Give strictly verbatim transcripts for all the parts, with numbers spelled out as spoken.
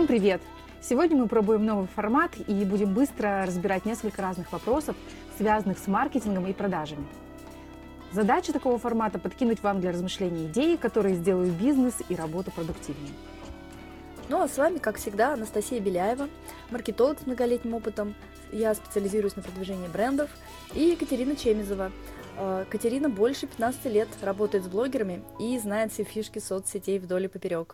привет! Сегодня мы пробуем новый формат и будем быстро разбирать несколько разных вопросов, связанных с маркетингом и продажами. Задача такого формата – подкинуть вам для размышления идеи, которые сделают бизнес и работу продуктивнее. Ну а с вами, как всегда, Анастасия Беляева, маркетолог с многолетним опытом. Я специализируюсь на продвижении брендов. И Екатерина Чемизова. Катерина больше пятнадцати лет работает с блогерами и знает все фишки соцсетей вдоль и поперек.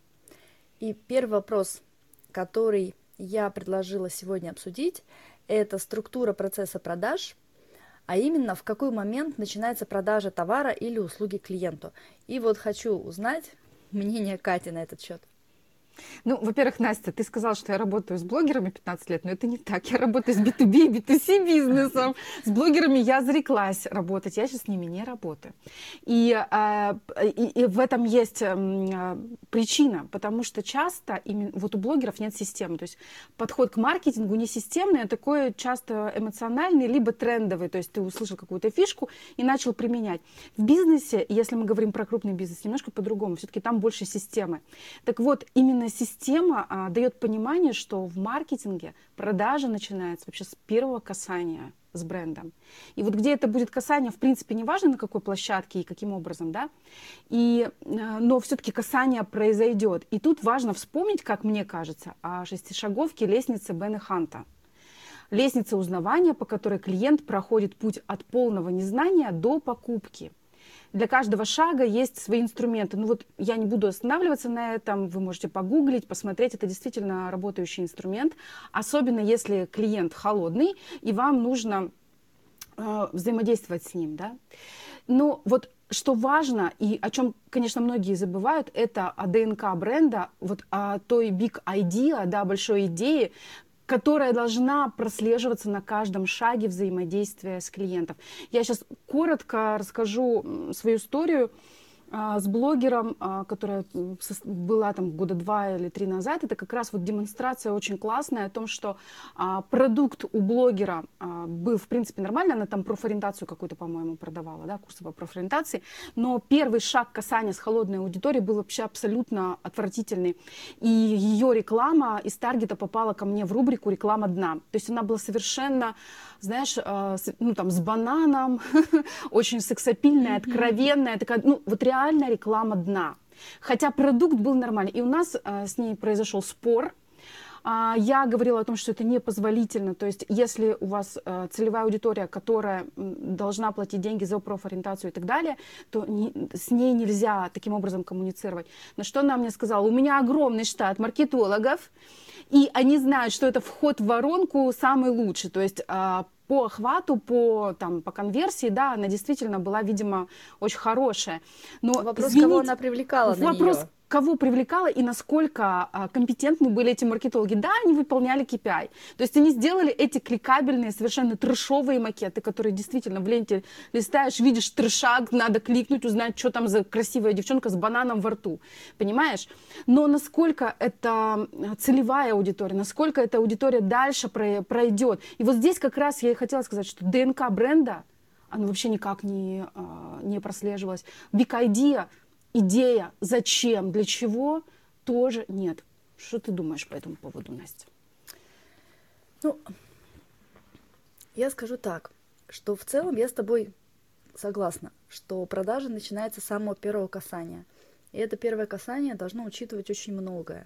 И первый вопрос, который я предложила сегодня обсудить, это структура процесса продаж, а именно в какой момент начинается продажа товара или услуги клиенту. И вот хочу узнать мнение Кати на этот счет. Ну, во-первых, Настя, ты сказала, что я работаю с блогерами пятнадцать лет, но это не так. Я работаю с би ту би и би ту си бизнесом. С блогерами я зареклась работать, я сейчас с ними не работаю. И, и, и в этом есть причина, потому что часто именно, вот у блогеров нет системы. То есть подход к маркетингу не системный, а такой часто эмоциональный, либо трендовый. То есть ты услышал какую-то фишку и начал применять. В бизнесе, если мы говорим про крупный бизнес, немножко по-другому. Все-таки там больше системы. Так вот, именно система а, дает понимание, что в маркетинге продажа начинается вообще с первого касания с брендом. И вот где это будет касание, в принципе, не важно, на какой площадке и каким образом, да, и, но все-таки касание произойдет. И тут важно вспомнить, как мне кажется, о шестишаговке лестницы Бена Ханта. Лестница узнавания, по которой клиент проходит путь от полного незнания до покупки. Для каждого шага есть свои инструменты. Ну вот я не буду останавливаться на этом, вы можете погуглить, посмотреть. Это действительно работающий инструмент, особенно если клиент холодный и вам нужно э, взаимодействовать с ним, да. Но вот что важно и о чем, конечно, многие забывают, это о ДНК бренда, вот о той big idea, да, большой идее, которая должна прослеживаться на каждом шаге взаимодействия с клиентом. Я сейчас коротко расскажу свою историю а, с блогером, а, которая была там года два или три назад. Это как раз вот демонстрация очень классная о том, что а, продукт у блогера а, был в принципе нормальный. Она там профориентацию какую-то, по-моему, продавала, да, курсы по профориентации. Но первый шаг касания с холодной аудиторией был вообще абсолютно отвратительный. И ее реклама из таргета попала ко мне в рубрику «Реклама дна». То есть она была совершенно, знаешь, а, с, ну там с бананом, очень сексапильная, откровенная, такая, ну вот реально реальная реклама дна. Хотя продукт был нормальный. И у нас а, с ней произошел спор. А, я говорила о том, что это непозволительно. То есть если у вас а, целевая аудитория, которая м, должна платить деньги за профориентацию и так далее, то не, с ней нельзя таким образом коммуницировать. На что она мне сказала: у меня огромный штат маркетологов, и они знают, что это вход в воронку самый лучший. То есть а, по охвату, по, там, по конверсии, да, она действительно была, видимо, очень хорошая. Но вопрос, извините, кого она привлекала на вопрос, нее? Кого привлекала и насколько а, компетентны были эти маркетологи. Да, они выполняли кей пи ай. То есть они сделали эти кликабельные, совершенно трэшовые макеты, которые действительно в ленте листаешь, видишь трэшак, надо кликнуть, узнать, что там за красивая девчонка с бананом во рту. Понимаешь? Но насколько это целевая аудитория, насколько эта аудитория дальше пройдет. И вот здесь как раз я и хотела сказать, что ДНК бренда, она вообще никак не, не прослеживалась. Big idea, идея, зачем, для чего, тоже нет. Что ты думаешь по этому поводу, Настя? Ну, я скажу так, что в целом я с тобой согласна, что продажа начинается с самого первого касания. И это первое касание должно учитывать очень многое.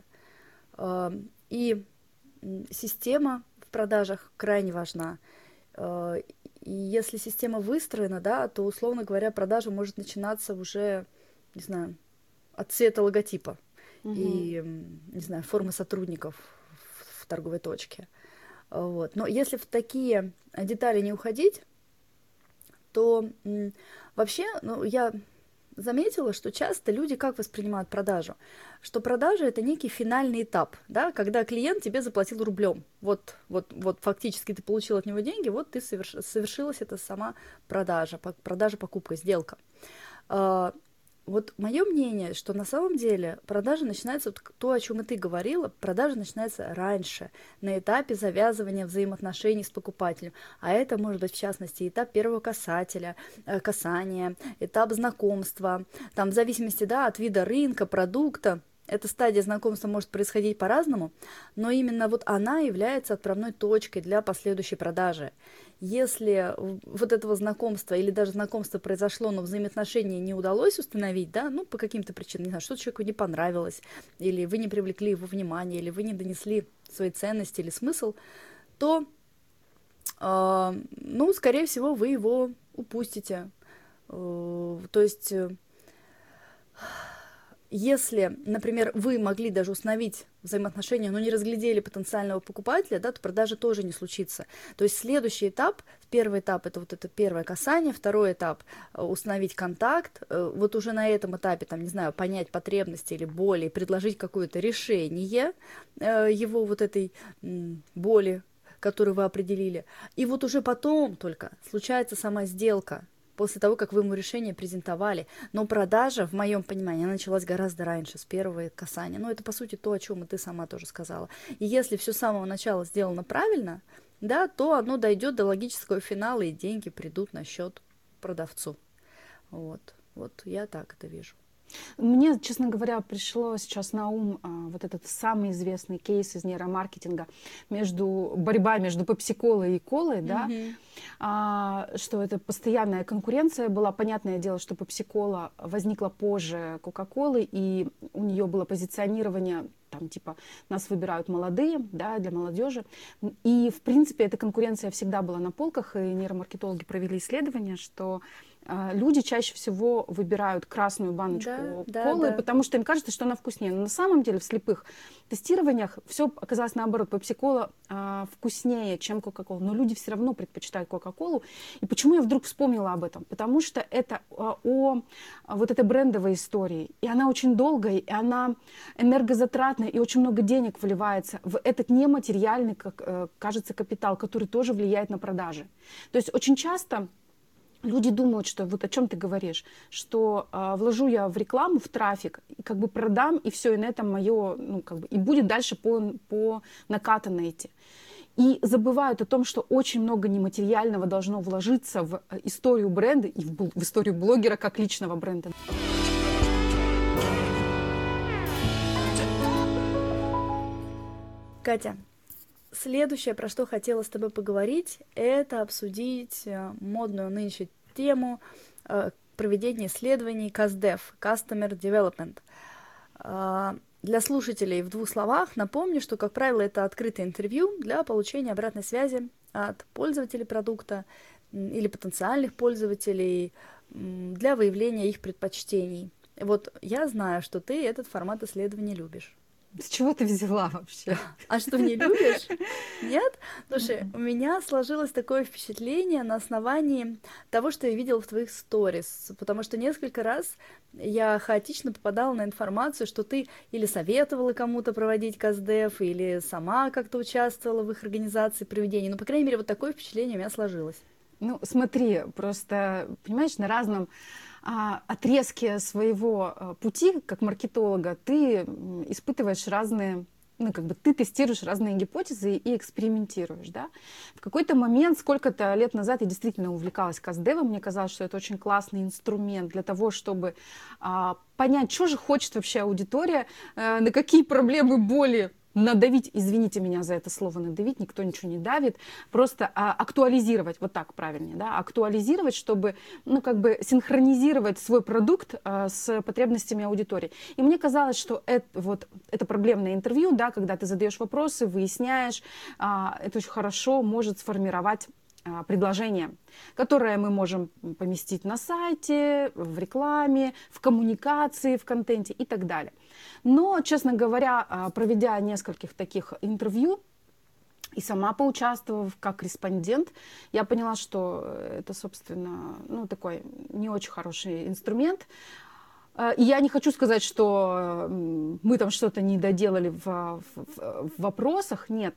И система в продажах крайне важна. И если система выстроена, да, то, условно говоря, продажа может начинаться уже, не знаю, от цвета логотипа угу. и, не знаю, формы сотрудников в, в торговой точке. Вот. Но если в такие детали не уходить, то м, вообще, ну, я заметила, что часто люди как воспринимают продажу? Что продажа – это некий финальный этап, да, когда клиент тебе заплатил рублем. Вот, вот, вот фактически ты получил от него деньги, вот ты соверш... совершилась эта сама продажа, продажа, покупка, сделка. Вот мое мнение, что на самом деле продажа начинается, вот то, о чем и ты говорила, продажа начинается раньше, на этапе завязывания взаимоотношений с покупателем. А это может быть, в частности, этап первого касателя, касания, этап знакомства, там в зависимости, да, от вида рынка, продукта. Эта стадия знакомства может происходить по-разному, но именно вот она является отправной точкой для последующей продажи. Если вот этого знакомства или даже знакомство произошло, но взаимоотношения не удалось установить, да, ну, по каким-то причинам, не знаю, что человеку не понравилось, или вы не привлекли его внимание, или вы не донесли свои ценности или смысл, то, э, ну, скорее всего, вы его упустите. Э, то есть... Если, например, вы могли даже установить взаимоотношения, но не разглядели потенциального покупателя, да, то продажа тоже не случится. То есть следующий этап, первый этап – это вот это первое касание, второй этап – установить контакт. Вот уже на этом этапе, там, не знаю, понять потребности или боли, предложить какое-то решение его вот этой боли, которую вы определили. И вот уже потом только случается сама сделка, после того, как вы ему решение презентовали. Но продажа, в моем понимании, она началась гораздо раньше, с первого касания. Ну, это, по сути, то, о чем и ты сама тоже сказала. И если все с самого начала сделано правильно, да, то оно дойдет до логического финала, и деньги придут на счет продавцу. Вот, вот я так это вижу. Мне, честно говоря, пришло сейчас на ум а, вот этот самый известный кейс из нейромаркетинга между борьба между пепси-колой и колой, mm-hmm. да, а, что это постоянная конкуренция была. Понятное дело, что пепси-кола возникла позже кока-колы, и у нее было позиционирование там типа нас выбирают молодые, да, для молодежи. И в принципе эта конкуренция всегда была на полках, и нейромаркетологи провели исследование, что люди чаще всего выбирают красную баночку да, колы, да, да. потому что им кажется, что она вкуснее. Но на самом деле в слепых тестированиях все оказалось наоборот. Пепси-кола а, вкуснее, чем кока-кола. Но люди все равно предпочитают кока-колу. И почему я вдруг вспомнила об этом? Потому что это а, о а, вот этой брендовой истории. И она очень долгая, и она энергозатратная, и очень много денег вливается в этот нематериальный, как кажется, капитал, который тоже влияет на продажи. То есть очень часто... Люди думают, что вот о чем ты говоришь, что э, вложу я в рекламу, в трафик, и как бы продам, и все, и на этом мое, ну как бы, и будет дальше по, по накатанной идти. И забывают о том, что очень много нематериального должно вложиться в историю бренда и в, в историю блогера как личного бренда. Катя, следующее, про что хотела с тобой поговорить, это обсудить модную нынче тему проведения исследований КАЗДЕВ, Customer Development. Для слушателей в двух словах напомню, что, как правило, это открытое интервью для получения обратной связи от пользователей продукта или потенциальных пользователей для выявления их предпочтений. Вот я знаю, что ты этот формат исследований любишь. С чего ты взяла вообще? А что, не любишь? Нет? Слушай, mm-hmm. у меня сложилось такое впечатление на основании того, что я видела в твоих сторис, потому что несколько раз я хаотично попадала на информацию, что ты или советовала кому-то проводить КАЗДЕВ, или сама как-то участвовала в их организации проведения. Ну, по крайней мере, вот такое впечатление у меня сложилось. Ну, смотри, просто, понимаешь, на разном отрезке своего пути, как маркетолога, ты испытываешь разные, ну, как бы ты тестируешь разные гипотезы и экспериментируешь, да. В какой-то момент, сколько-то лет назад, я действительно увлекалась КАЗДЕВом, мне казалось, что это очень классный инструмент для того, чтобы а, понять, что же хочет вообще аудитория, а, на какие проблемы, боли надавить, извините меня за это слово надавить, никто ничего не давит, просто а, актуализировать, вот так правильнее, да, актуализировать, чтобы, ну, как бы синхронизировать свой продукт а, с потребностями аудитории. И мне казалось, что это, вот, это проблемное интервью, да, когда ты задаешь вопросы, выясняешь, а, это очень хорошо может сформировать а, предложение, которое мы можем поместить на сайте, в рекламе, в коммуникации, в контенте и так далее. Но, честно говоря, проведя нескольких таких интервью и сама поучаствовав как респондент, я поняла, что это, собственно, ну, такой не очень хороший инструмент. И я не хочу сказать, что мы там что-то не доделали в, в, в вопросах, нет.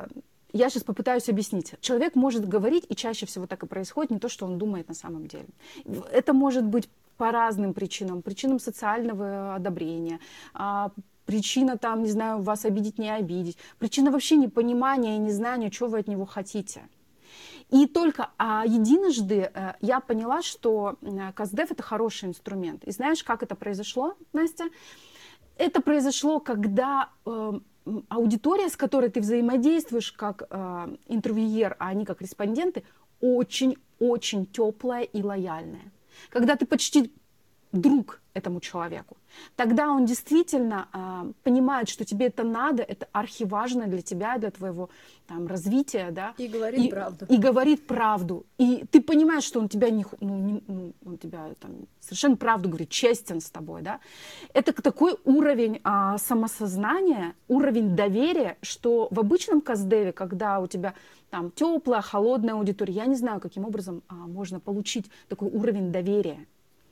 Я сейчас попытаюсь объяснить. Человек может говорить, и чаще всего так и происходит, не то, что он думает на самом деле. Это может быть по разным причинам. Причинам социального одобрения, причина там, не знаю, вас обидеть, не обидеть. Причина вообще непонимания и незнания, чего вы от него хотите. И только а, единожды а, я поняла, что КАЗДЕВ — это хороший инструмент. И знаешь, как это произошло, Настя? это произошло, когда э, аудитория, с которой ты взаимодействуешь как э, интервьюер, а они как респонденты, очень-очень теплая и лояльная. Когда ты почти друг этому человеку, тогда он действительно э, понимает, что тебе это надо, это архиважно для тебя, для твоего там, развития, да, И говорит и, правду. И говорит правду. И ты понимаешь, что он тебя, не, ну, не, ну, он тебя там, совершенно правду говорит, честен с тобой. Да? Это такой уровень э, самосознания, уровень доверия, что в обычном каздеве, когда у тебя там теплая, холодная аудитория, я не знаю, каким образом э, можно получить такой уровень доверия.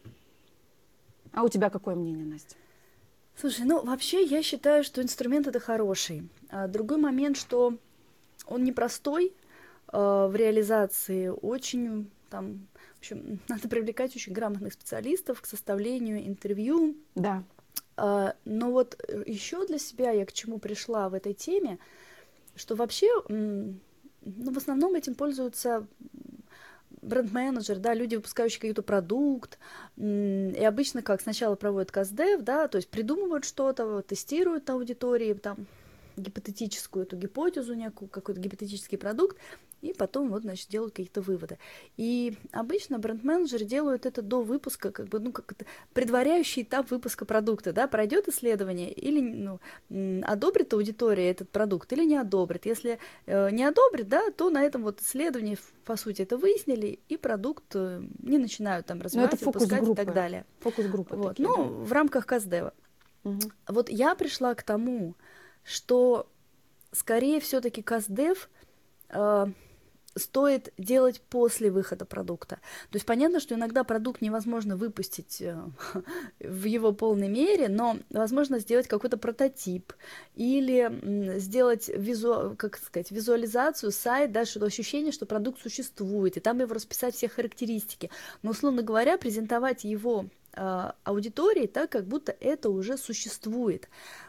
А у тебя какое мнение, Настя? Слушай, ну вообще я считаю, что инструмент это хороший. А другой момент, что он непростой э, в реализации, очень там, в общем, надо привлекать очень грамотных специалистов к составлению интервью. Да. А, но вот еще для себя я к чему пришла в этой теме, что вообще, ну, в основном этим пользуются бренд-менеджер, да, люди, выпускающие какой-то продукт, и обычно как сначала проводят каздев, да, то есть придумывают что-то, тестируют на аудитории, там, гипотетическую эту гипотезу, некую, какой-то гипотетический продукт, и потом вот, значит, делают какие-то выводы. И обычно бренд-менеджеры делают это до выпуска, как бы, ну, как это, предваряющий этап выпуска продукта, да, пройдет исследование или, ну, одобрит аудитория этот продукт или не одобрит. Если э, не одобрит, да, то на этом вот исследовании, по сути, это выяснили, и продукт э, не начинают там развивать, выпускать и так далее. Фокус-группы вот. такие, Ну, да. в рамках каздева. Угу. Вот я пришла к тому, что скорее все-таки каздев э, стоит делать после выхода продукта. То есть понятно, что иногда продукт невозможно выпустить э, в его полной мере, но возможно сделать какой-то прототип или м, сделать визу, как сказать, визуализацию, сайт, да, что ощущение, что продукт существует, и там его расписать все характеристики. Но, условно говоря, презентовать его э, аудитории так, как будто это уже существует,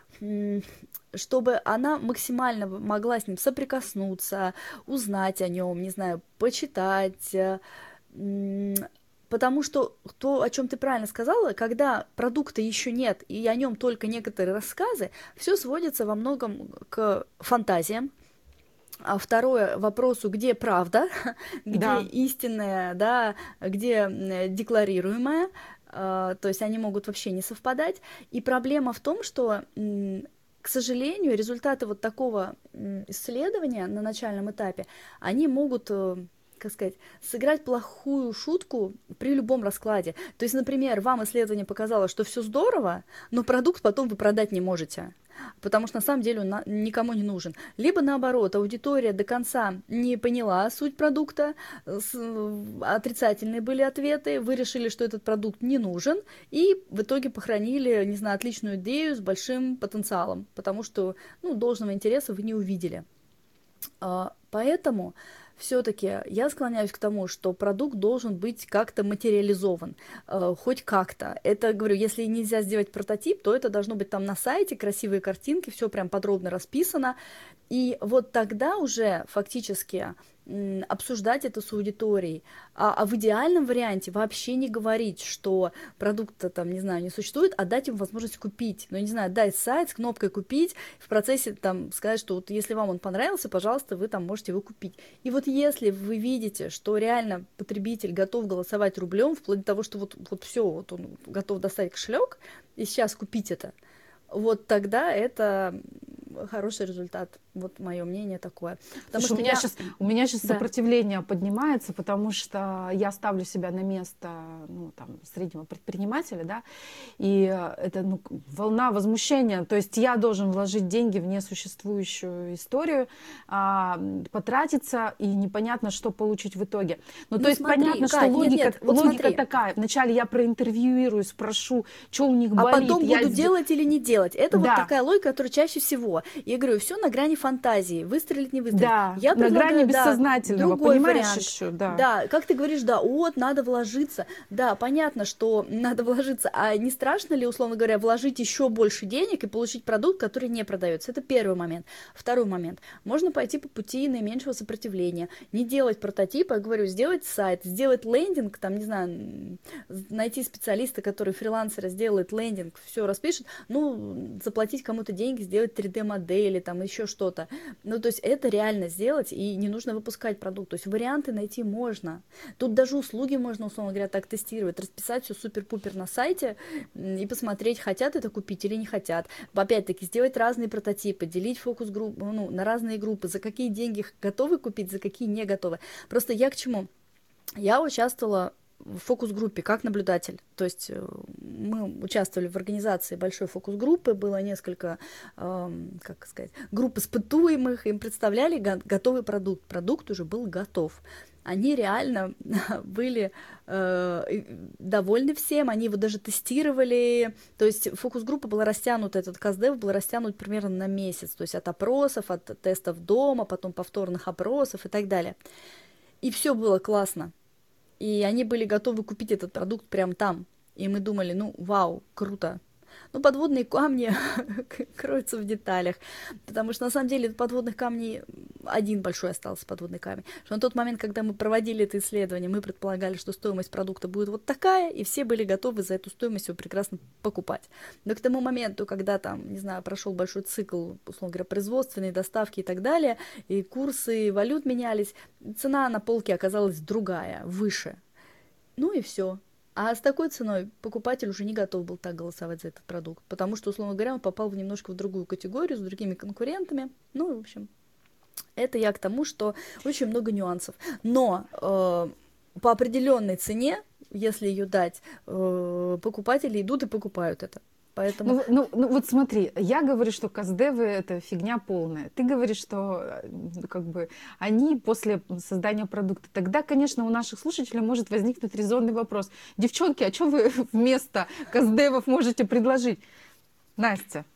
чтобы она максимально могла с ним соприкоснуться, узнать о нем, не знаю, почитать. Потому что то, о чем ты правильно сказала, когда продукта еще нет и о нем только некоторые рассказы, все сводится во многом к фантазиям. А второе, вопросу, где правда, где Да. истинная, да, где декларируемая. То есть они могут вообще не совпадать. И проблема в том, что, к сожалению, результаты вот такого исследования на начальном этапе, они могут, как сказать, сыграть плохую шутку при любом раскладе. То есть, например, вам исследование показало, что все здорово, но продукт потом вы продать не можете, потому что на самом деле он никому не нужен. Либо наоборот, аудитория до конца не поняла суть продукта, отрицательные были ответы, вы решили, что этот продукт не нужен, и в итоге похоронили, не знаю, отличную идею с большим потенциалом, потому что, ну, должного интереса вы не увидели. Поэтому все-таки я склоняюсь к тому, что продукт должен быть как-то материализован, э, хоть как-то. Это, говорю, если нельзя сделать прототип, то это должно быть там на сайте, красивые картинки, все прям подробно расписано. И вот тогда уже фактически м, обсуждать это с аудиторией. А, а в идеальном варианте вообще не говорить, что продукта там, не знаю, не существует, а дать им возможность купить. Ну, не знаю, дать сайт с кнопкой «Купить», в процессе там сказать, что вот если вам он понравился, пожалуйста, вы там можете его купить. И вот если вы видите, что реально потребитель готов голосовать рублем, вплоть до того, что вот, вот все, вот он готов достать кошелек и сейчас купить это, вот тогда это хороший результат. Вот мое мнение такое. Потому Слушай, что у меня, я... сейчас, у меня сейчас да. сопротивление поднимается, потому что я ставлю себя на место, ну, там, среднего предпринимателя, да, и это, ну, волна возмущения. То есть я должен вложить деньги в несуществующую историю, а, потратиться, и непонятно, что получить в итоге. Ну, ну то есть смотри, понятно, Кать, что логика, нет, нет, вот логика такая. Вначале я проинтервьюирую, спрошу, что у них болит. А потом я... буду делать или не делать. Это да. вот такая логика, которая чаще всего. И я говорю, все на грани фантазии, выстрелить, не выстрелить. Да, я на грани бессознательного, да, другой понимаешь вариант. еще, да. Да, как ты говоришь, да, вот, надо вложиться. Да, понятно, что надо вложиться, а не страшно ли, условно говоря, вложить еще больше денег и получить продукт, который не продается? Это первый момент. Второй момент. Можно пойти по пути наименьшего сопротивления, не делать прототип, я говорю, сделать сайт, сделать лендинг, там, не знаю, найти специалиста, который фрилансера сделает лендинг, все распишет, ну, заплатить кому-то деньги, сделать три дэ-модели, там, еще что-то. Ну, то есть это реально сделать, и не нужно выпускать продукт. То есть варианты найти можно. Тут даже услуги можно, условно говоря, так тестировать, расписать все супер-пупер на сайте и посмотреть, хотят это купить или не хотят. Опять-таки, сделать разные прототипы, делить фокус-группы, ну, на разные группы, за какие деньги готовы купить, за какие не готовы. Просто я к чему? Я участвовала в фокус-группе как наблюдатель. То есть мы участвовали в организации большой фокус-группы, было несколько, э, как сказать, групп испытуемых, им представляли го- готовый продукт. Продукт уже был готов. Они реально были э, довольны всем, они его даже тестировали, то есть фокус-группа была растянута, этот КАЗДЕВ был растянут примерно на месяц, то есть от опросов, от тестов дома, потом повторных опросов и так далее. И все было классно. И они были готовы купить этот продукт прямо там. И мы думали, ну, вау, круто. Ну, подводные камни кроются в деталях, потому что, на самом деле, подводных камней один большой остался подводный камень. Что на тот момент, когда мы проводили это исследование, мы предполагали, что стоимость продукта будет вот такая, и все были готовы за эту стоимость его прекрасно покупать. Но к тому моменту, когда там, не знаю, прошел большой цикл, условно говоря, производственной доставки и так далее, и курсы валют менялись, цена на полке оказалась другая, выше. Ну и все. А с такой ценой покупатель уже не готов был так голосовать за этот продукт, потому что, условно говоря, он попал в немножко в другую категорию, с другими конкурентами. Ну, в общем, это я к тому, что очень много нюансов. Но э, по определенной цене, если ее дать, э, покупатели идут и покупают это. Поэтому... Ну, ну, ну вот смотри, я говорю, что КАЗДЕВы это фигня полная. Ты говоришь, что как бы они после создания продукта. Тогда, конечно, у наших слушателей может возникнуть резонный вопрос. Девчонки, а что вы вместо КАЗДЕВов можете предложить? Настя,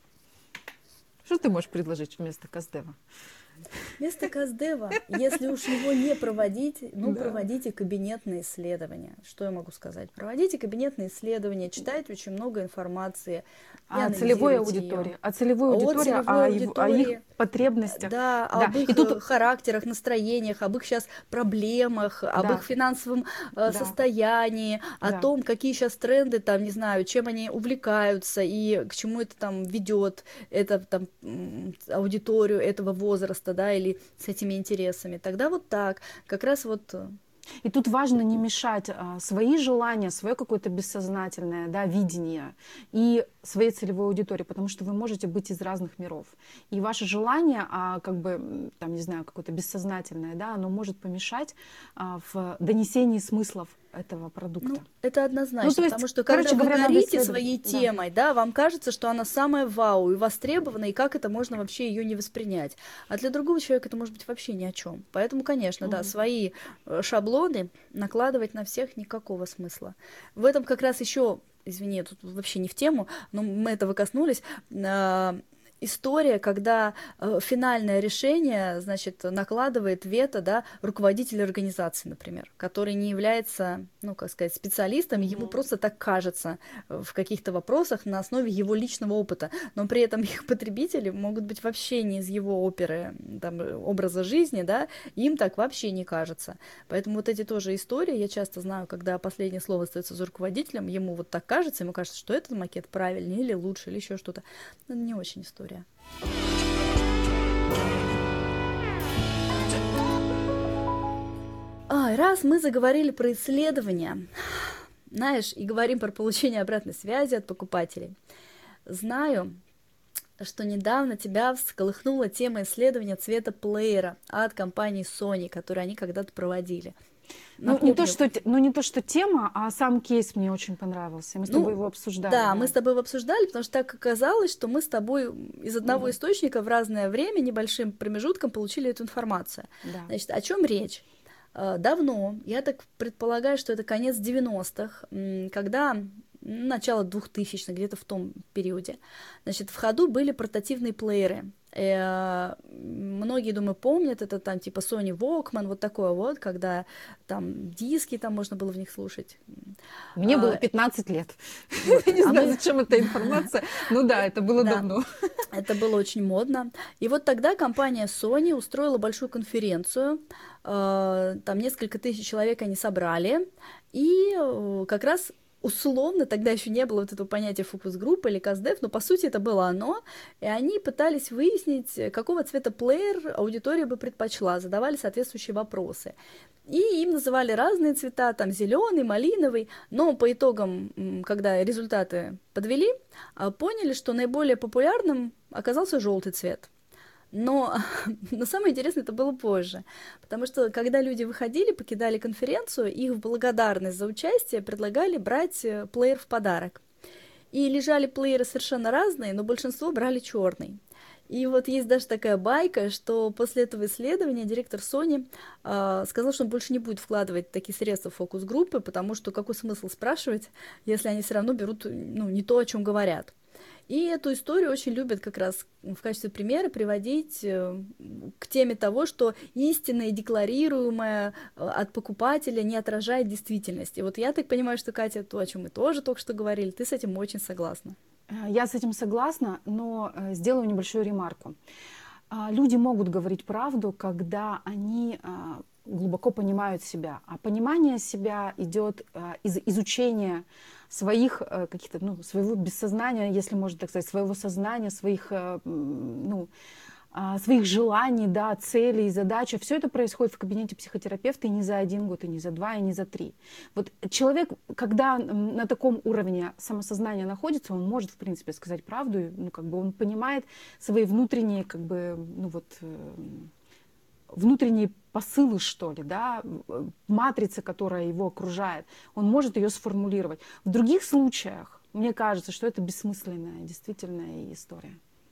что ты можешь предложить вместо КАЗДЕВа? Вместо КАЗДЕВа, если уж его не проводить, ну, Да. проводите кабинетные исследования. Что я могу сказать? Проводите кабинетные исследования, читайте очень много информации. А целевой аудитории, а целевой аудитории, о, его- о их потребностях. Да, Да. об их И тут- характерах, настроениях, об их сейчас проблемах, об Да. их финансовом э, Да. состоянии, о Да. том, какие сейчас тренды, там, не знаю, чем они увлекаются и к чему это там ведет, это там м, аудиторию этого возраста, да, или с этими интересами. Тогда вот так, как раз вот... э, И тут важно не мешать а, свои желания, свое какое-то бессознательное, да, видение и своей целевой аудитории, потому что вы можете быть из разных миров. И ваше желание, а, как бы, м, там, не знаю, какое-то бессознательное, да, оно может помешать а, в донесении смыслов этого продукта. Ну, это однозначно, Ну, то есть, потому что короче когда говоря, вы надо горите исследовать. своей Да. темой, да, вам кажется, что она самая вау и востребована, и как это можно вообще ее не воспринять. А для другого человека это может быть вообще ни о чем. Поэтому, конечно, да, Мгм. свои э, шаблоны накладывать на всех никакого смысла. В этом как раз еще, извини, тут вообще не в тему, но мы этого коснулись, а, история, когда э, финальное решение, значит, накладывает вето, да, руководитель организации, например, который не является, ну, как сказать, специалистом, ему Мгм. просто так кажется э, в каких-то вопросах на основе его личного опыта, но при этом их потребители могут быть вообще не из его оперы, там, э, образа жизни, да, им так вообще не кажется. Поэтому вот эти тоже истории, я часто знаю, когда последнее слово остается за руководителем, ему вот так кажется, ему кажется, что этот макет правильнее или лучше, или еще что-то. Это не очень история. А, раз мы заговорили про исследования, знаешь, и говорим про получение обратной связи от покупателей, знаю, что недавно тебя всколыхнула тема исследования цвета плеера от компании Sony, которую они когда-то проводили. Ну, не то, что, те- ну, не то, что тема, а сам кейс мне очень понравился. Мы с Ну, тобой его обсуждали. Да, мы с тобой его обсуждали, потому что так оказалось, что мы с тобой из одного Мгм. источника в разное время небольшим промежутком получили эту информацию. Да. Значит, о чем речь? Э, Давно, я так предполагаю, что это конец девяностых, м, когда начало двухтысячных, где-то в том периоде. Значит, в ходу были портативные плееры. Э, многие, думаю, помнят, это там типа Sony Walkman, вот такое вот, когда там диски там можно было в них слушать. Мне А, было пятнадцать лет. вот. Не А знаю, мы... зачем эта информация. Ну да, это было Да. давно. Это было очень модно. И вот тогда компания Sony устроила большую конференцию. э, Там несколько тысяч человек они собрали. И э, как раз условно, тогда еще не было вот этого понятия фокус-группы или каздев, но по сути это было оно. И они пытались выяснить, какого цвета плеер аудитория бы предпочла, задавали соответствующие вопросы. И им называли разные цвета, там зеленый, малиновый, но по итогам, м, когда результаты подвели, а, поняли, что наиболее популярным оказался желтый цвет. Но, но самое интересное это было позже, потому что когда люди выходили, покидали конференцию, их в благодарность за участие предлагали брать э, плеер в подарок. И лежали плееры совершенно разные, но большинство брали черный. И вот есть даже такая байка, что после этого исследования директор Sony э, сказал, что он больше не будет вкладывать такие средства в фокус-группы, потому что какой смысл спрашивать, если они все равно берут, ну, не то, о чем говорят. И эту историю очень любят как раз в качестве примера приводить э, к теме того, что истинное декларируемое э, от покупателя не отражает действительность. И вот я так понимаю, что, Катя, то, о чем мы тоже только что говорили, ты с этим очень согласна. Я с этим согласна, но э, сделаю небольшую ремарку. А, Люди могут говорить правду, когда они а, глубоко понимают себя. А понимание себя идет а, из изучения своих э, каких-то, ну, своего бессознания, если можно так сказать, своего сознания, своих, э, м, ну, а, своих желаний, да, целей, задач. Все это происходит в кабинете психотерапевта и не за один год, и не за два, и не за три. Вот человек, когда м, на таком уровне самосознания находится, он может, в принципе, сказать правду, и, ну, как бы он понимает свои внутренние, как бы, ну, вот, э, внутренние посылы, что ли, да, э, матрица, которая его окружает, он может ее сформулировать. В других случаях, мне кажется, что это бессмысленная, действительно, история.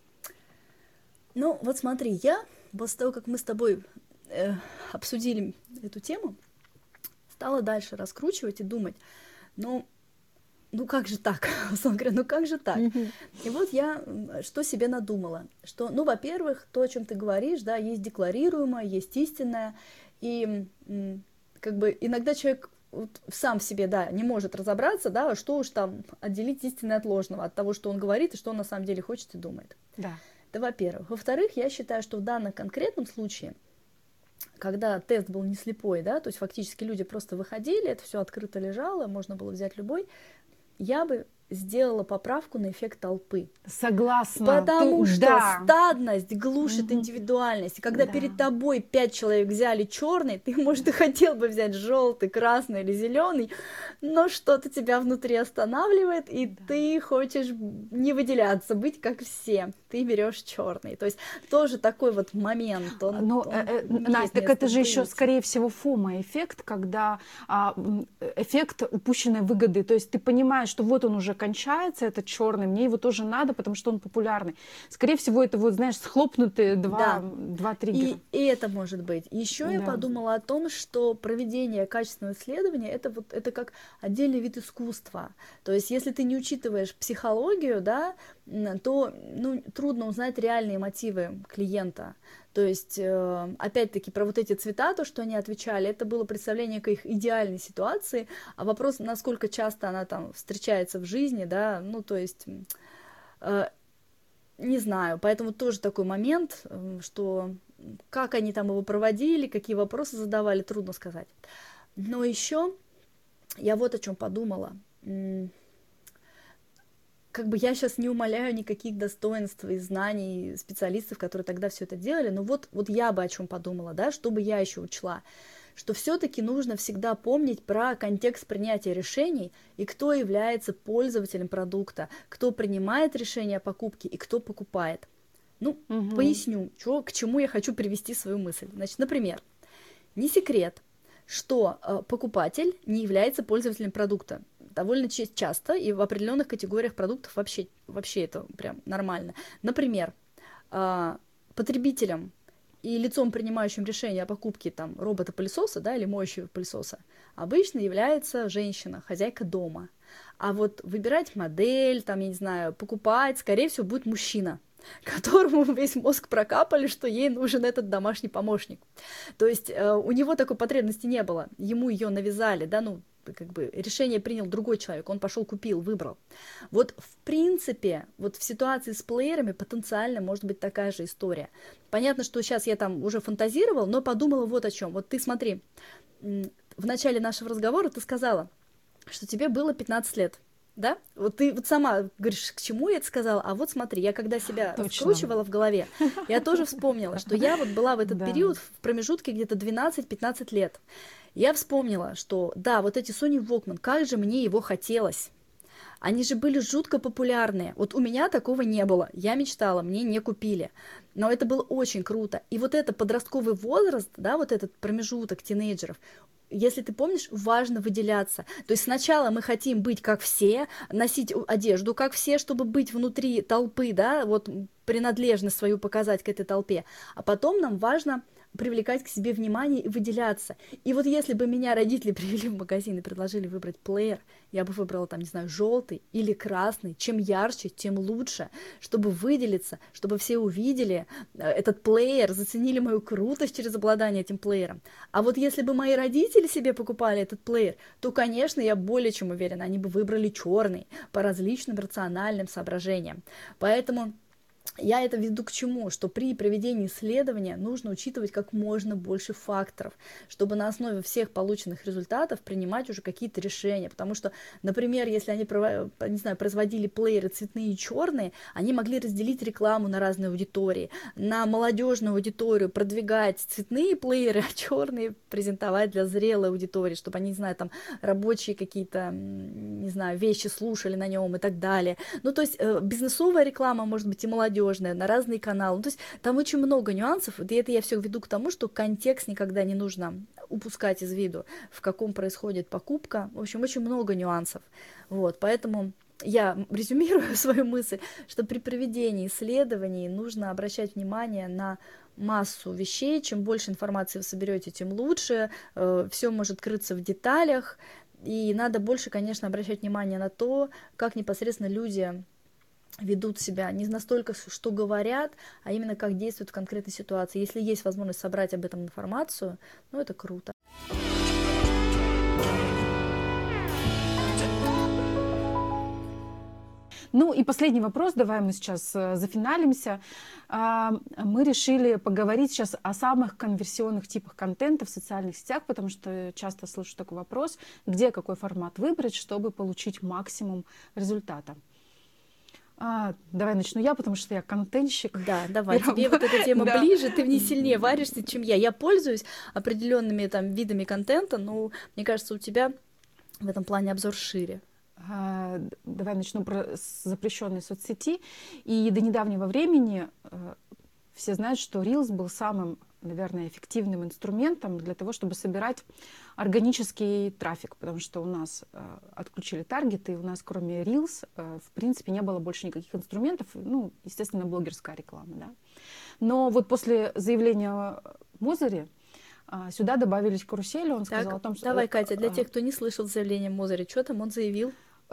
Ну, вот смотри, я после того, как мы с тобой э, обсудили эту тему, стала дальше раскручивать и думать, ну, ну как же так, условно говоря, ну как же так? Мгм. И вот я м, что себе надумала, что, ну, во-первых, то, о чем ты говоришь, да, есть декларируемое, есть истинное, и м, как бы иногда человек вот сам в себе, да, не может разобраться, да, что уж там отделить истинное от ложного, от того, что он говорит и что он на самом деле хочет и думает. Да. Это во-первых. Во-вторых, я считаю, что в данном конкретном случае, когда тест был не слепой, да, то есть фактически люди просто выходили, это все открыто лежало, можно было взять любой, я бы сделала поправку на эффект толпы. Согласна. Потому Ты- что да. стадность глушит Мгм. индивидуальность. И когда Да. перед тобой пять человек взяли черный, ты, может, и хотел бы взять желтый, красный или зеленый, но что-то тебя внутри останавливает, и Да. ты хочешь не выделяться, быть как все. Ты берешь черный. То есть тоже такой вот момент. Он, Ну, он э, э, имеет Настя, так место это же еще, быть. скорее всего, фома-эффект, когда а, м, эффект упущенной выгоды. То есть ты понимаешь, что вот он уже кончается, этот черный, мне его тоже надо, потому что он популярный. Скорее всего, это вот, знаешь, схлопнутые два, Да. два триггера. И, и это может быть. Еще я Да. подумала о том, что проведение качественного исследования это вот это как отдельный вид искусства. То есть, если ты не учитываешь психологию, да, м, то ну, трудно узнать реальные мотивы клиента. То есть, э, опять-таки, про вот эти цвета, то, что они отвечали, это было представление к их идеальной ситуации, а вопрос, насколько часто она там встречается в жизни, да, ну, то есть, э, не знаю, поэтому тоже такой момент, э, что как они там его проводили, какие вопросы задавали, трудно сказать. Но еще я вот о чем подумала. М, Как бы я сейчас не умаляю никаких достоинств и знаний специалистов, которые тогда все это делали, но вот, вот я бы о чем подумала, да, что бы я еще учла, что все-таки нужно всегда помнить про контекст принятия решений и кто является пользователем продукта, кто принимает решение о покупке и кто покупает. Ну, Мгм. поясню, чё, к чему я хочу привести свою мысль. Значит, например, не секрет, что э, покупатель не является пользователем продукта. Довольно ча- часто и в определенных категориях продуктов вообще, вообще это прям нормально. Например, э, потребителем и лицом, принимающим решение о покупке там, робота-пылесоса, да, или моющего пылесоса, обычно является женщина, хозяйка дома. А вот выбирать модель, там, я не знаю, покупать, скорее всего, будет мужчина, которому весь мозг прокапали, что ей нужен этот домашний помощник. То есть э, у него такой потребности не было, ему ее навязали, да, ну, как бы решение принял другой человек, он пошел купил, выбрал. Вот в принципе, вот в ситуации с плеерами потенциально может быть такая же история. Понятно, что сейчас я там уже фантазировала, но подумала вот о чем. Вот ты смотри, в начале нашего разговора ты сказала, что тебе было пятнадцать лет. Да? Вот ты вот сама говоришь, к чему я это сказала, а вот смотри, я когда себя Точно. Раскручивала в голове, я тоже вспомнила, что я вот была в этот Да. период в промежутке где-то двенадцать-пятнадцать лет. Я вспомнила, что да, вот эти Sony Walkman, как же мне его хотелось. Они же были жутко популярные. Вот у меня такого не было. Я мечтала, мне не купили. Но это было очень круто. И вот это подростковый возраст, да, вот этот промежуток тинейджеров, если ты помнишь, важно выделяться. То есть сначала мы хотим быть как все, носить одежду как все, чтобы быть внутри толпы, да, вот принадлежность свою показать к этой толпе. А потом нам важно привлекать к себе внимание и выделяться. И вот если бы меня родители привели в магазин и предложили выбрать плеер, я бы выбрала там, не знаю, желтый или красный. Чем ярче, тем лучше, чтобы выделиться, чтобы все увидели этот плеер, заценили мою крутость через обладание этим плеером. А вот если бы мои родители себе покупали этот плеер, то, конечно, я более чем уверена, они бы выбрали черный по различным рациональным соображениям. Поэтому я это веду к чему? Что при проведении исследования нужно учитывать как можно больше факторов, чтобы на основе всех полученных результатов принимать уже какие-то решения. Потому что, например, если они, не знаю, производили плееры цветные и черные, они могли разделить рекламу на разные аудитории. На молодежную аудиторию продвигать цветные плееры, а черные презентовать для зрелой аудитории, чтобы они, не знаю, там рабочие какие-то, не знаю, вещи слушали на нем и так далее. Ну, то есть бизнесовая реклама может быть и молодежь, на разные каналы. Ну, то есть там очень много нюансов, и это я все веду к тому, что контекст никогда не нужно упускать из виду, в каком происходит покупка. В общем, очень много нюансов. Вот, поэтому я резюмирую свою мысль, что при проведении исследований нужно обращать внимание на массу вещей. Чем больше информации вы соберете, тем лучше. Все может крыться в деталях. И надо больше, конечно, обращать внимание на то, как непосредственно люди ведут себя, не настолько, что говорят, а именно как действуют в конкретной ситуации. Если есть возможность собрать об этом информацию, ну это круто. Ну и последний вопрос, давай мы сейчас зафиналимся. Мы решили поговорить сейчас о самых конверсионных типах контента в социальных сетях, потому что часто слышу такой вопрос, где какой формат выбрать, чтобы получить максимум результата. А, давай начну я, потому что я контентщик. Да, давай, тебе вот эта тема да. ближе, ты в ней сильнее варишься, чем я. Я пользуюсь определенными там видами контента, но мне кажется, у тебя в этом плане обзор шире. А, давай начну про запрещенные соцсети. И до недавнего времени все знают, что Reels был самым, наверное, эффективным инструментом для того, чтобы собирать органический трафик, потому что у нас э, отключили таргеты, и у нас кроме Reels, э, в принципе, не было больше никаких инструментов, ну, естественно, блогерская реклама, да. Но вот после заявления Мозери э, сюда добавились карусели, он сказал так, о том, что... Давай, Катя, для тех, кто не слышал заявление Мозери, что там он заявил?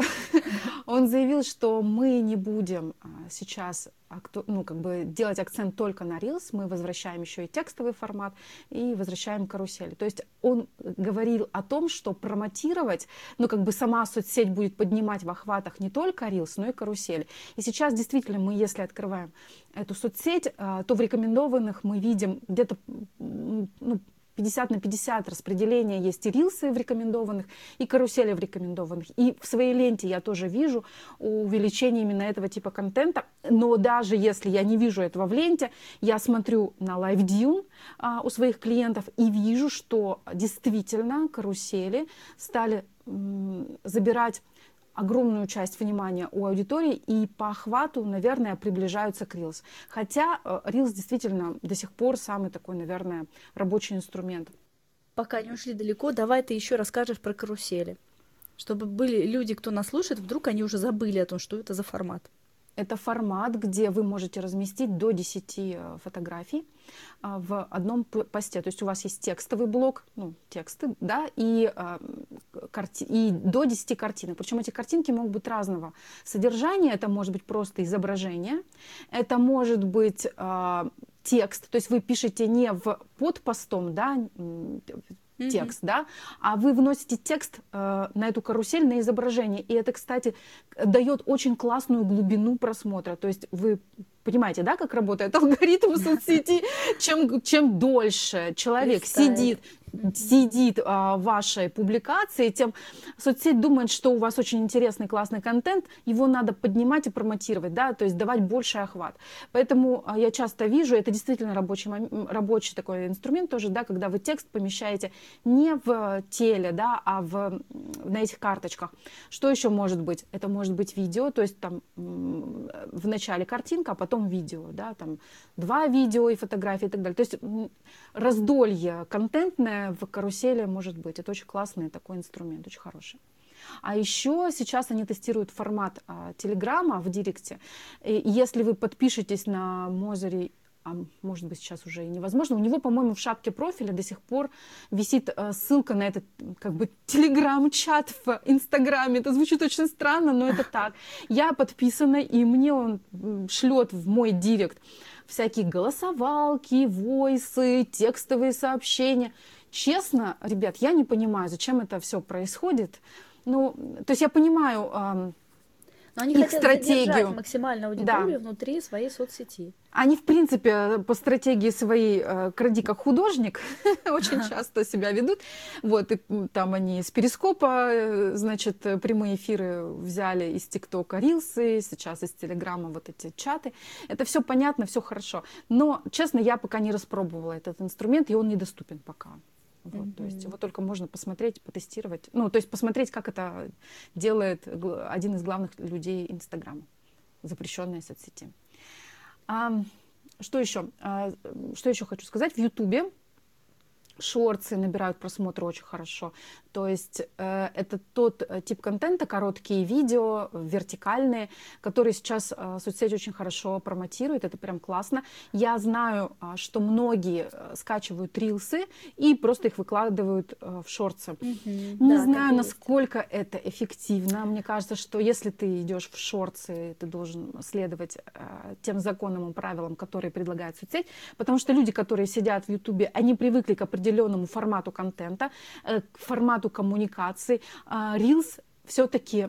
Он заявил, что мы не будем сейчас ну, как бы делать акцент только на Reels, мы возвращаем еще и текстовый формат и возвращаем карусели. То есть он говорил о том, что промотировать, ну как бы сама соцсеть будет поднимать в охватах не только Reels, но и карусели. И сейчас действительно мы, если открываем эту соцсеть, то в рекомендованных мы видим где-то, ну, пятьдесят на пятьдесят распределение есть и рилсы в рекомендованных, и карусели в рекомендованных. И в своей ленте я тоже вижу увеличение именно этого типа контента. Но даже если я не вижу этого в ленте, я смотрю на LiveDune а, у своих клиентов и вижу, что действительно карусели стали м, забирать огромную часть внимания у аудитории и по охвату, наверное, приближаются к Reels. Хотя Reels действительно до сих пор самый такой, наверное, рабочий инструмент. Пока не ушли далеко, давай ты еще расскажешь про карусели. Чтобы были люди, кто нас слушает, вдруг они уже забыли о том, что это за формат. Это формат, где вы можете разместить до десяти фотографий в одном посте. То есть у вас есть текстовый блок, ну, тексты, да, и, карти- и до десяти картинок. Причем эти картинки могут быть разного содержания. Это может быть просто изображение, это может быть э, текст. То есть вы пишете не в, под постом, да, текст, mm-hmm. да, а вы вносите текст э, на эту карусель, на изображение. И это, кстати, дает очень классную глубину просмотра. То есть вы понимаете, да, как работает алгоритм соцсети? Чем, чем дольше человек Листает. сидит, mm-hmm. сидит а, в вашей публикации, тем соцсеть думает, что у вас очень интересный, классный контент, его надо поднимать и промотировать, да, то есть давать больший охват. Поэтому а, я часто вижу, это действительно рабочий, рабочий такой инструмент тоже, да, когда вы текст помещаете не в теле, да, а в, на этих карточках. Что еще может быть? Это может быть видео, то есть там в начале картинка, а потом видео, да, там два видео и фотографии и так далее. То есть раздолье контентное в карусели может быть. Это очень классный такой инструмент, очень хороший. А еще сейчас они тестируют формат а, Телеграма в Директе. И если вы подпишетесь на Мозери, а может быть сейчас уже и невозможно, у него, по-моему, в шапке профиля до сих пор висит а, ссылка на этот как бы телеграм-чат в Инстаграме. Это звучит очень странно, но это так. Я подписана, и мне он шлет в мой Директ всякие голосовалки, войсы, текстовые сообщения. Честно, ребят, я не понимаю, зачем это все происходит. Ну, то есть я понимаю э, Но они их хотят стратегию. задержать максимальную аудиторию Да. внутри своей соцсети. Они, в принципе, по стратегии своей э, кради как художник очень часто себя ведут. Вот, и там они с Перископа, э, значит, прямые эфиры взяли из ТикТока рилсы, сейчас из Телеграма вот эти чаты. Это все понятно, все хорошо. Но, честно, я пока не распробовала этот инструмент, и он недоступен пока. Вот, mm-hmm. То есть его только можно посмотреть, потестировать. Ну, то есть посмотреть, как это делает один из главных людей Инстаграма, запрещенной соцсети. А, что еще? А, что еще хочу сказать? В Ютубе шорты набирают просмотры очень хорошо. То есть э, это тот тип контента, короткие видео, вертикальные, которые сейчас э, соцсеть очень хорошо промотирует. Это прям классно. Я знаю, э, что многие э, скачивают рилсы и просто их выкладывают э, в шорты. Mm-hmm. Не Да, знаю, насколько это эффективно. Мне кажется, что если ты идешь в шорты, ты должен следовать э, тем законам и правилам, которые предлагает соцсеть. Потому что люди, которые сидят в Ютубе, они привыкли к определенному определенному формату контента, к формату коммуникации. Reels все-таки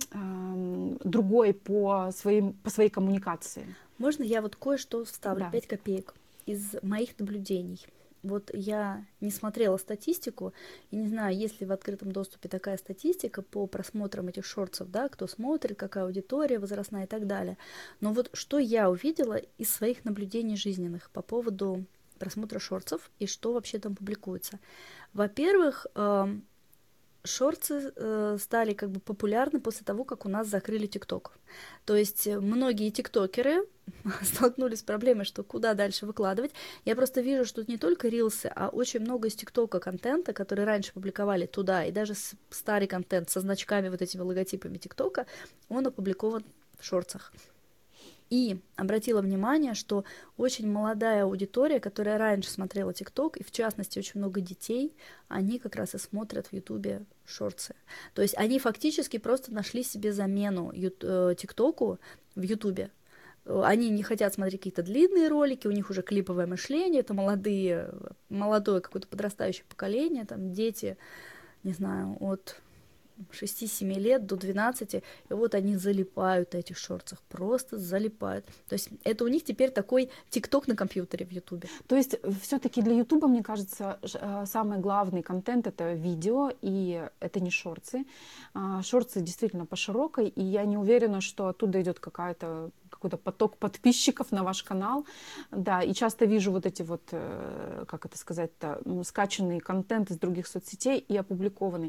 другой по, своим, по своей коммуникации. Можно я вот кое-что вставлю? Да. пять копеек из моих наблюдений. Вот я не смотрела статистику, и не знаю, есть ли в открытом доступе такая статистика по просмотрам этих шортсов, да, кто смотрит, какая аудитория возрастная и так далее. Но вот что я увидела из своих наблюдений жизненных по поводу просмотра шортсов и что вообще там публикуется. Во-первых, э, шорты э, стали как бы популярны после того, как у нас закрыли ТикТок. То есть многие тиктокеры столкнулись с проблемой, что куда дальше выкладывать. Я просто вижу, что не только рилсы, а очень много из ТикТока контента, который раньше публиковали туда, и даже старый контент со значками, вот этими логотипами ТикТока, он опубликован в шортсах. И обратила внимание, что очень молодая аудитория, которая раньше смотрела ТикТок, и в частности очень много детей, они как раз и смотрят в Ютубе шорты. То есть они фактически просто нашли себе замену ТикТоку в Ютубе. Они не хотят смотреть какие-то длинные ролики, у них уже клиповое мышление, это молодые, молодое какое-то подрастающее поколение, там дети, не знаю, от шести-семи лет до двенадцати, и вот они залипают на этих шортах, просто залипают. То есть это у них теперь такой ТикТок на компьютере в Ютубе. То есть все-таки для Ютуба, мне кажется, самый главный контент — это видео, и это не шорты. Шорты действительно по широкой, и я не уверена, что оттуда идет какая-то какой-то поток подписчиков на ваш канал, да, и часто вижу вот эти вот, как это сказать-то, скачанный контент из других соцсетей и опубликованный.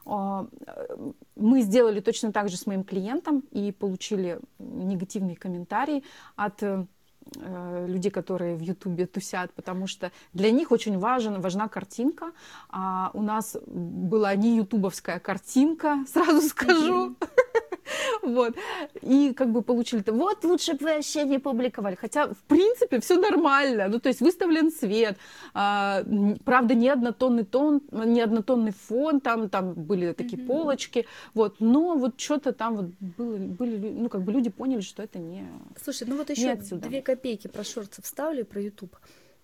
Мы сделали точно так же с моим клиентом и получили негативные комментарии от людей, которые в Ютубе тусят, потому что для них очень важен, важна картинка. А у нас была не ютубовская картинка, сразу скажу. Вот. И как бы получили, вот лучше бы вы вообще не публиковали. Хотя, в принципе, все нормально. Ну, то есть выставлен свет. А, правда, не однотонный тон, не однотонный фон, там, там были такие Мгм. полочки. Вот. Но вот что-то там вот было, были, ну, как бы люди поняли, что это не, Слушай, ну вот не еще отсюда. две копейки про шорты вставлю и про YouTube.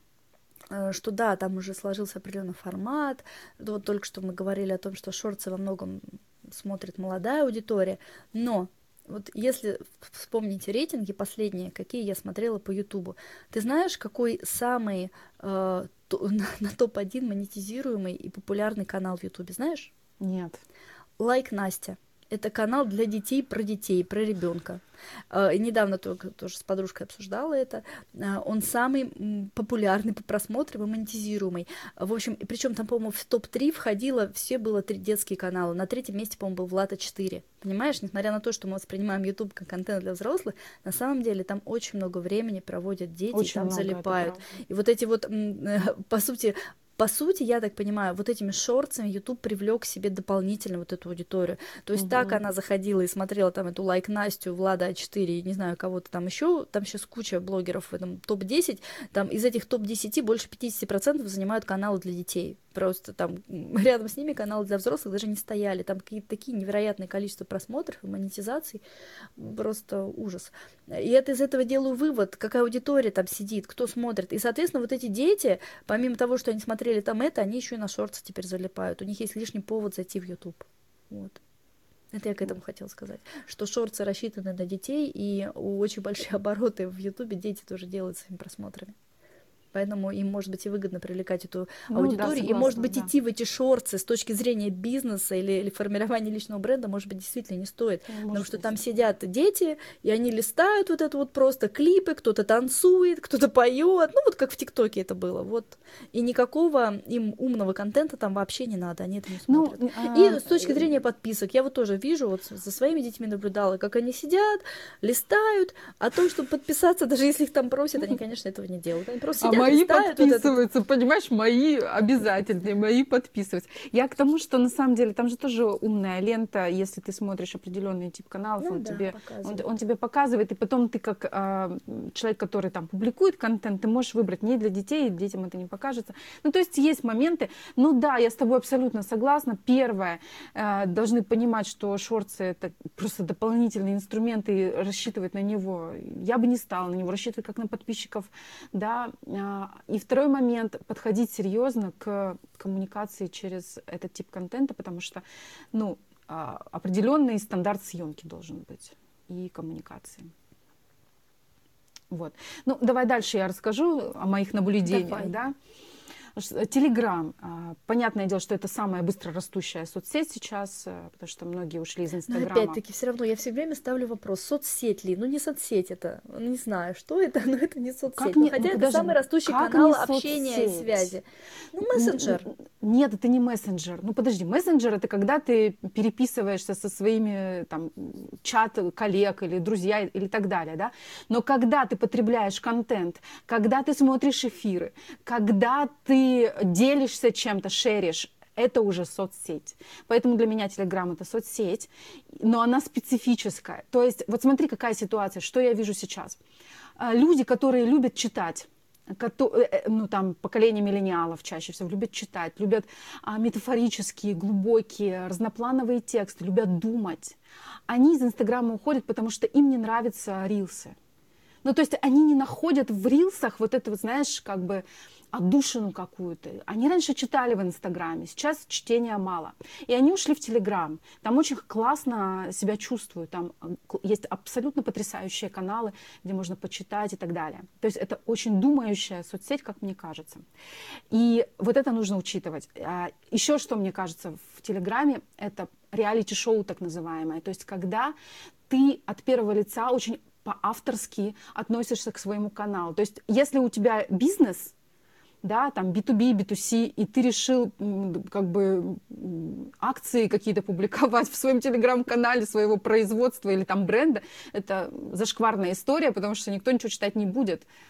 Э, Что да, там уже сложился определенный формат. Вот только что мы говорили о том, что шорты во многом смотрит молодая аудитория. Но вот если в- вспомнить рейтинги последние, какие я смотрела по Ютубу, ты знаешь, какой самый э, то- на, на топ один монетизируемый и популярный канал в Ютубе, знаешь? Нет. Лайк Настя. Это канал для детей, про детей, про ребенка. Э, и недавно только тоже с подружкой обсуждала это. Э, Он самый м, популярный по просмотрам и монетизируемый. В общем, и причем там, по-моему, в топ три входило, все было три детские канала. На третьем месте, по-моему, был Влад а четыре. Понимаешь, несмотря на то, что мы воспринимаем YouTube как контент для взрослых, на самом деле там очень много времени проводят дети, и Очень там много, это залипают. правда. И вот эти вот, м, э, по сути, по сути, я так понимаю, вот этими шортсами YouTube привлек к себе дополнительно вот эту аудиторию. То есть так Мгм. она заходила и смотрела там эту лайк Настю, Влада а четыре, и не знаю, кого-то там еще, там сейчас куча блогеров в этом топ десять, там из этих топ десяти больше пятьдесят процентов занимают каналы для детей. Просто там м, рядом с ними каналы для взрослых даже не стояли. Там какие-то такие невероятные количество просмотров и монетизаций. Просто ужас. И это из этого делаю вывод, какая аудитория там сидит, кто смотрит. И, соответственно, вот эти дети, помимо того, что они смотрели там это, они еще и на шорты теперь залипают. У них есть лишний повод зайти в YouTube. Вот. Это я к этому хотела сказать. Что шорты рассчитаны на детей, и у очень большие обороты в Ютубе дети тоже делают своими просмотрами. Поэтому им, может быть, и выгодно привлекать эту Ну да, аудиторию. И, может согласна, быть, да. идти в эти шорты с точки зрения бизнеса или, или формирования личного бренда, может быть, действительно не стоит. Ну, Потому может, что не там стоит. сидят дети, и они листают вот это вот просто клипы, кто-то танцует, кто-то поет. Ну, вот как в ТикТоке это было. Вот. И никакого им умного контента там вообще не надо, они это не Ну, смотрят. И а, с точки зрения подписок, я вот тоже вижу, вот за своими детьми наблюдала, как они сидят, листают, о том, чтобы подписаться, даже если их там просят, они, конечно, этого не делают. Они просто а сидят, мои листают вот этот. подписываются, понимаешь, мои обязательные, мои подписываются. Я к тому, что на самом деле там же тоже умная лента, если ты смотришь определенный тип каналов, Ну он да, тебе, он, показывает. он тебе показывает, и потом ты как а, человек, который там публикует контент, ты можешь выбрать не для детей, и детям это не покажется. Ну, то есть есть моменты, ну да, я с тобой абсолютно согласна. Первое, а, должны понимать, что шорты это просто дополнительный инструмент, и рассчитывать на него, я бы не стала на него рассчитывать как на подписчиков, да. А, И второй момент, подходить серьезно к коммуникации через этот тип контента, потому что, ну, а, определенный стандарт съемки должен быть и коммуникации. Вот. Ну, давай дальше я расскажу о моих наблюдениях, Давай. да. Телеграм. Понятное дело, что это самая быстро растущая соцсеть сейчас, э, потому что многие ушли из Но Инстаграма. опять-таки, все равно я все время ставлю вопрос, соцсеть ли? Ну, не соцсеть это, ну, не знаю, что это, но это не соцсеть. Как Ну, не, хотя ну, это подожди, самый растущий как канал не общения и соцсеть? связи. Ну, Н- мессенджер. н- Нет, это не мессенджер. Ну подожди, мессенджер это когда ты переписываешься со своими там чат коллег или друзья или так далее, да. Но когда ты потребляешь контент, когда ты смотришь эфиры, когда ты делишься чем-то, шеришь, это уже соцсеть. Поэтому для меня Telegram это соцсеть, но она специфическая. То есть вот смотри, какая ситуация, что я вижу сейчас. А, Люди, которые любят читать, кото- э, э, ну там поколение миллениалов чаще всего любят читать, любят а, метафорические, глубокие, разноплановые тексты, любят думать. Они из Инстаграма уходят, потому что им не нравятся рилсы. Ну, то есть они не находят в рилсах вот это, вот, знаешь, как бы отдушину какую-то. Они раньше читали в Инстаграме, сейчас чтения мало. И они ушли в Телеграм. Там очень классно себя чувствуют. Там есть абсолютно потрясающие каналы, где можно почитать и так далее. То есть это очень думающая соцсеть, как мне кажется. И вот это нужно учитывать. Еще что мне кажется в Телеграме, это реалити-шоу так называемое. То есть когда ты от первого лица очень по-авторски относишься к своему каналу. То есть если у тебя бизнес, да, там би ту би, би ту си, и ты решил как бы акции какие-то публиковать в своем телеграм-канале своего производства или там бренда, это зашкварная история, потому что никто ничего читать не будет.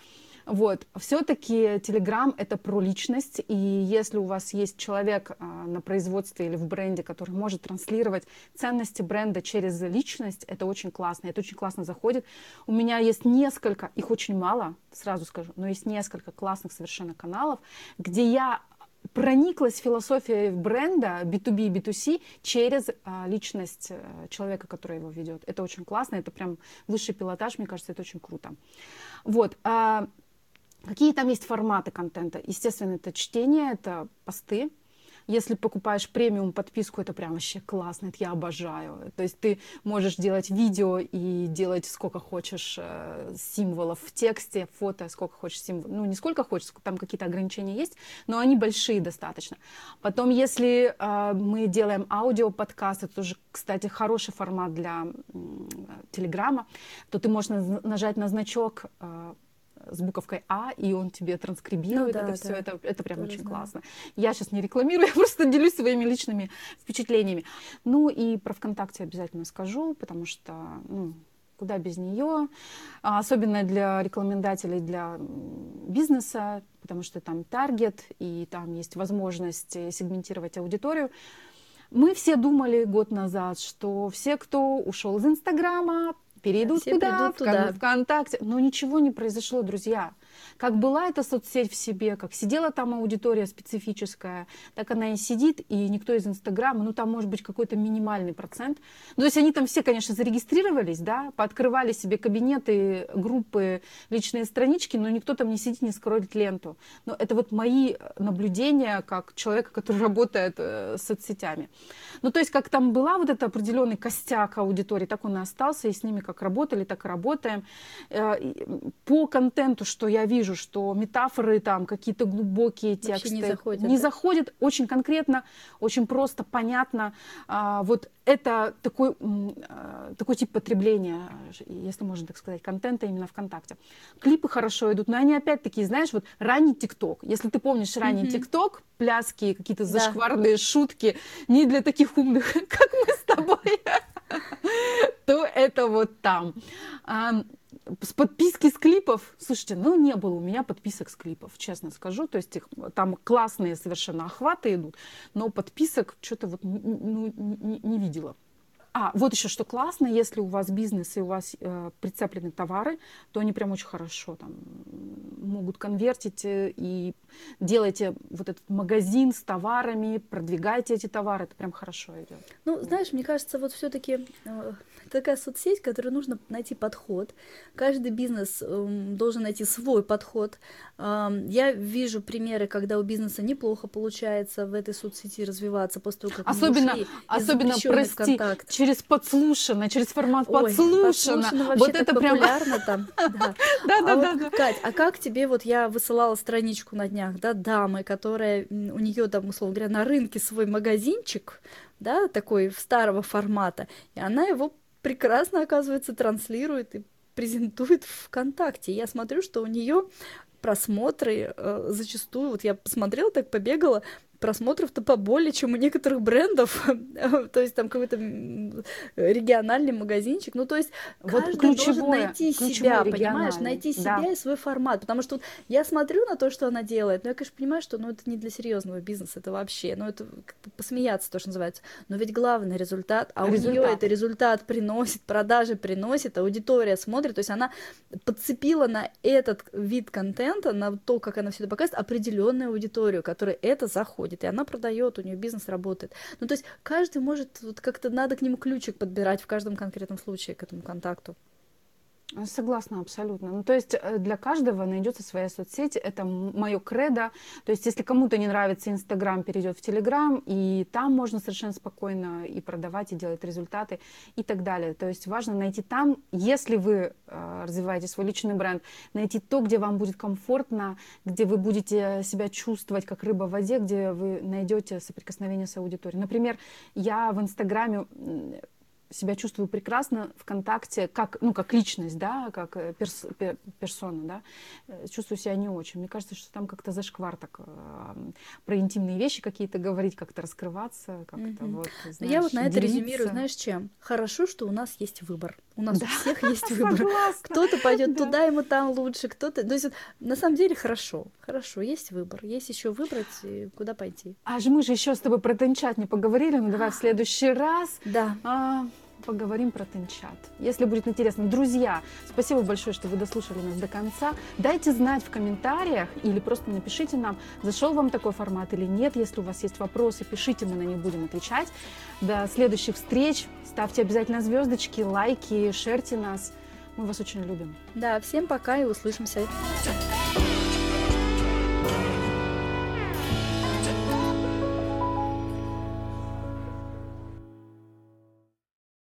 Вот. Все-таки Telegram — это про личность, и если у вас есть человек а, на производстве или в бренде, который может транслировать ценности бренда через личность, это очень классно, это очень классно заходит. У меня есть несколько, их очень мало, сразу скажу, но есть несколько классных совершенно каналов, где я прониклась философией бренда би ту би и би ту си через а, личность а, человека, который его ведет. Это очень классно, это прям высший пилотаж, мне кажется, это очень круто. Вот. А, какие там есть форматы контента? Естественно, это чтение, это посты. Если покупаешь премиум подписку, это прям вообще классно, это я обожаю. То есть ты можешь делать видео и делать сколько хочешь э, символов в тексте, фото, сколько хочешь символов. Ну, не сколько хочешь, там какие-то ограничения есть, но они большие достаточно. Потом, если э, мы делаем аудиоподкаст, это тоже, кстати, хороший формат для э, Телеграма, то ты можешь нажать на значок э, с буковкой А, и он тебе транскрибирует Ну, да, это все, да. это, это прям Тоже очень знаю. классно. Я сейчас не рекламирую, я просто делюсь своими личными впечатлениями. Ну и про ВКонтакте обязательно скажу, потому что, ну, куда без нее, особенно для рекламодателей, для бизнеса, потому что там таргет, и там есть возможность сегментировать аудиторию. Мы все думали год назад, что все, кто ушел из Инстаграма, перейдут все куда? придут В Кон- туда. ВКонтакте. Но ничего не произошло, друзья. Как была эта соцсеть в себе, как сидела там аудитория специфическая, так она и сидит, и никто из Инстаграма, ну там может быть какой-то минимальный процент. Ну, то есть они там все, конечно, зарегистрировались, да, пооткрывали себе кабинеты, группы, личные странички, но никто там не сидит, не скроллит ленту. Но это вот мои наблюдения как человека, который работает э, с соцсетями. Ну, то есть как там была вот этот определенный костяк аудитории, так он и остался, и с ними как работали, так и работаем. Э, по контенту, что я вижу, что метафоры там, какие-то глубокие Вообще тексты не заходят, не да? заходят очень конкретно, очень просто, понятно. А, вот это такой, а, такой тип потребления, если можно так сказать, контента именно ВКонтакте. Клипы хорошо идут, но они опять-таки, знаешь, вот ранний ТикТок. Если ты помнишь ранний Мгм. ТикТок, пляски, какие-то Да. зашкварные шутки, не для таких умных, как мы с тобой, то это вот там. А, с подписки с клипов, слушайте, ну не было у меня подписок с клипов, честно скажу, то есть их, там классные совершенно охваты идут, но подписок что-то вот ну, не, не видела. А, вот еще что классно, если у вас бизнес и у вас э, прицеплены товары, то они прям очень хорошо там могут конвертить э, и делаете вот этот магазин с товарами, продвигаете эти товары, это прям хорошо идет. Ну, знаешь, мне кажется, вот все-таки э, такая соцсеть, которой нужно найти подход. Каждый бизнес э, должен найти свой подход. Э, я вижу примеры, когда у бизнеса неплохо получается в этой соцсети развиваться после того, как Особенно, мы ушли из особенно, запрещенной прости, ВКонтакт. через подслушано, через формат Ой, подслушано. подслушано вообще Вот так это прям... популярно там. Да. Да, А да, вот, да, да. Кать, а как тебе, вот я высылала страничку на днях, да, дамы, которая, м, у нее там, условно говоря, на рынке свой магазинчик, да, такой старого формата, и она его прекрасно, оказывается, транслирует и презентует в ВКонтакте. Я смотрю, что у нее просмотры э, зачастую, вот я посмотрела, так побегала, просмотров-то поболее, чем у некоторых брендов, то есть там какой-то региональный магазинчик, ну то есть Вот каждый ключевое, должен найти ключевое себя, понимаешь, региональный, найти да. себя и свой формат, потому что вот я смотрю на то, что она делает, но я, конечно, понимаю, что ну, это не для серьезного бизнеса, это вообще, ну это как бы посмеяться, то, что называется, но ведь главный результат, а Результат. у нее это результат приносит, продажи приносит, аудитория смотрит, то есть она подцепила на этот вид контента, на то, как она все это показывает, определенную аудиторию, которая это заходит, и она продает, у нее бизнес работает. Ну, то есть каждый может, вот как-то надо к нему ключик подбирать в каждом конкретном случае, к этому контакту. Согласна, абсолютно. Ну, то есть для каждого найдется своя соцсеть, это мое кредо. То есть если кому-то не нравится Инстаграм, перейдет в Телеграм, и там можно совершенно спокойно и продавать, и делать результаты, и так далее. То есть важно найти там, если вы э, развиваете свой личный бренд, найти то, где вам будет комфортно, где вы будете себя чувствовать как рыба в воде, где вы найдете соприкосновение с аудиторией. Например, я в Инстаграме себя чувствую прекрасно, ВКонтакте, как, ну, как личность, да, как перс, пер, персона, да, чувствую себя не очень. Мне кажется, что там как-то зашквар так э, про интимные вещи какие-то говорить, как-то раскрываться, как-то Mm-hmm. вот, знаешь, я вот на это делиться. резюмирую, знаешь, чем? Хорошо, что у нас есть выбор. У нас Да, у всех есть выбор. согласна. Кто-то пойдет Да. туда, ему там лучше, кто-то. То есть вот на самом деле хорошо, хорошо, есть выбор, есть еще выбрать, э, куда пойти. А же мы же еще с тобой про тенчат не поговорили, ну давай в следующий раз Да. а, поговорим про тенчат, если будет интересно. Друзья, спасибо большое, что вы дослушали нас до конца. Дайте знать в комментариях или просто напишите нам, зашел вам такой формат или нет. Если у вас есть вопросы, пишите, мы на них будем отвечать. До следующих встреч. Ставьте обязательно звездочки, лайки, шерьте нас. Мы вас очень любим. Да, всем пока и услышимся. Всё.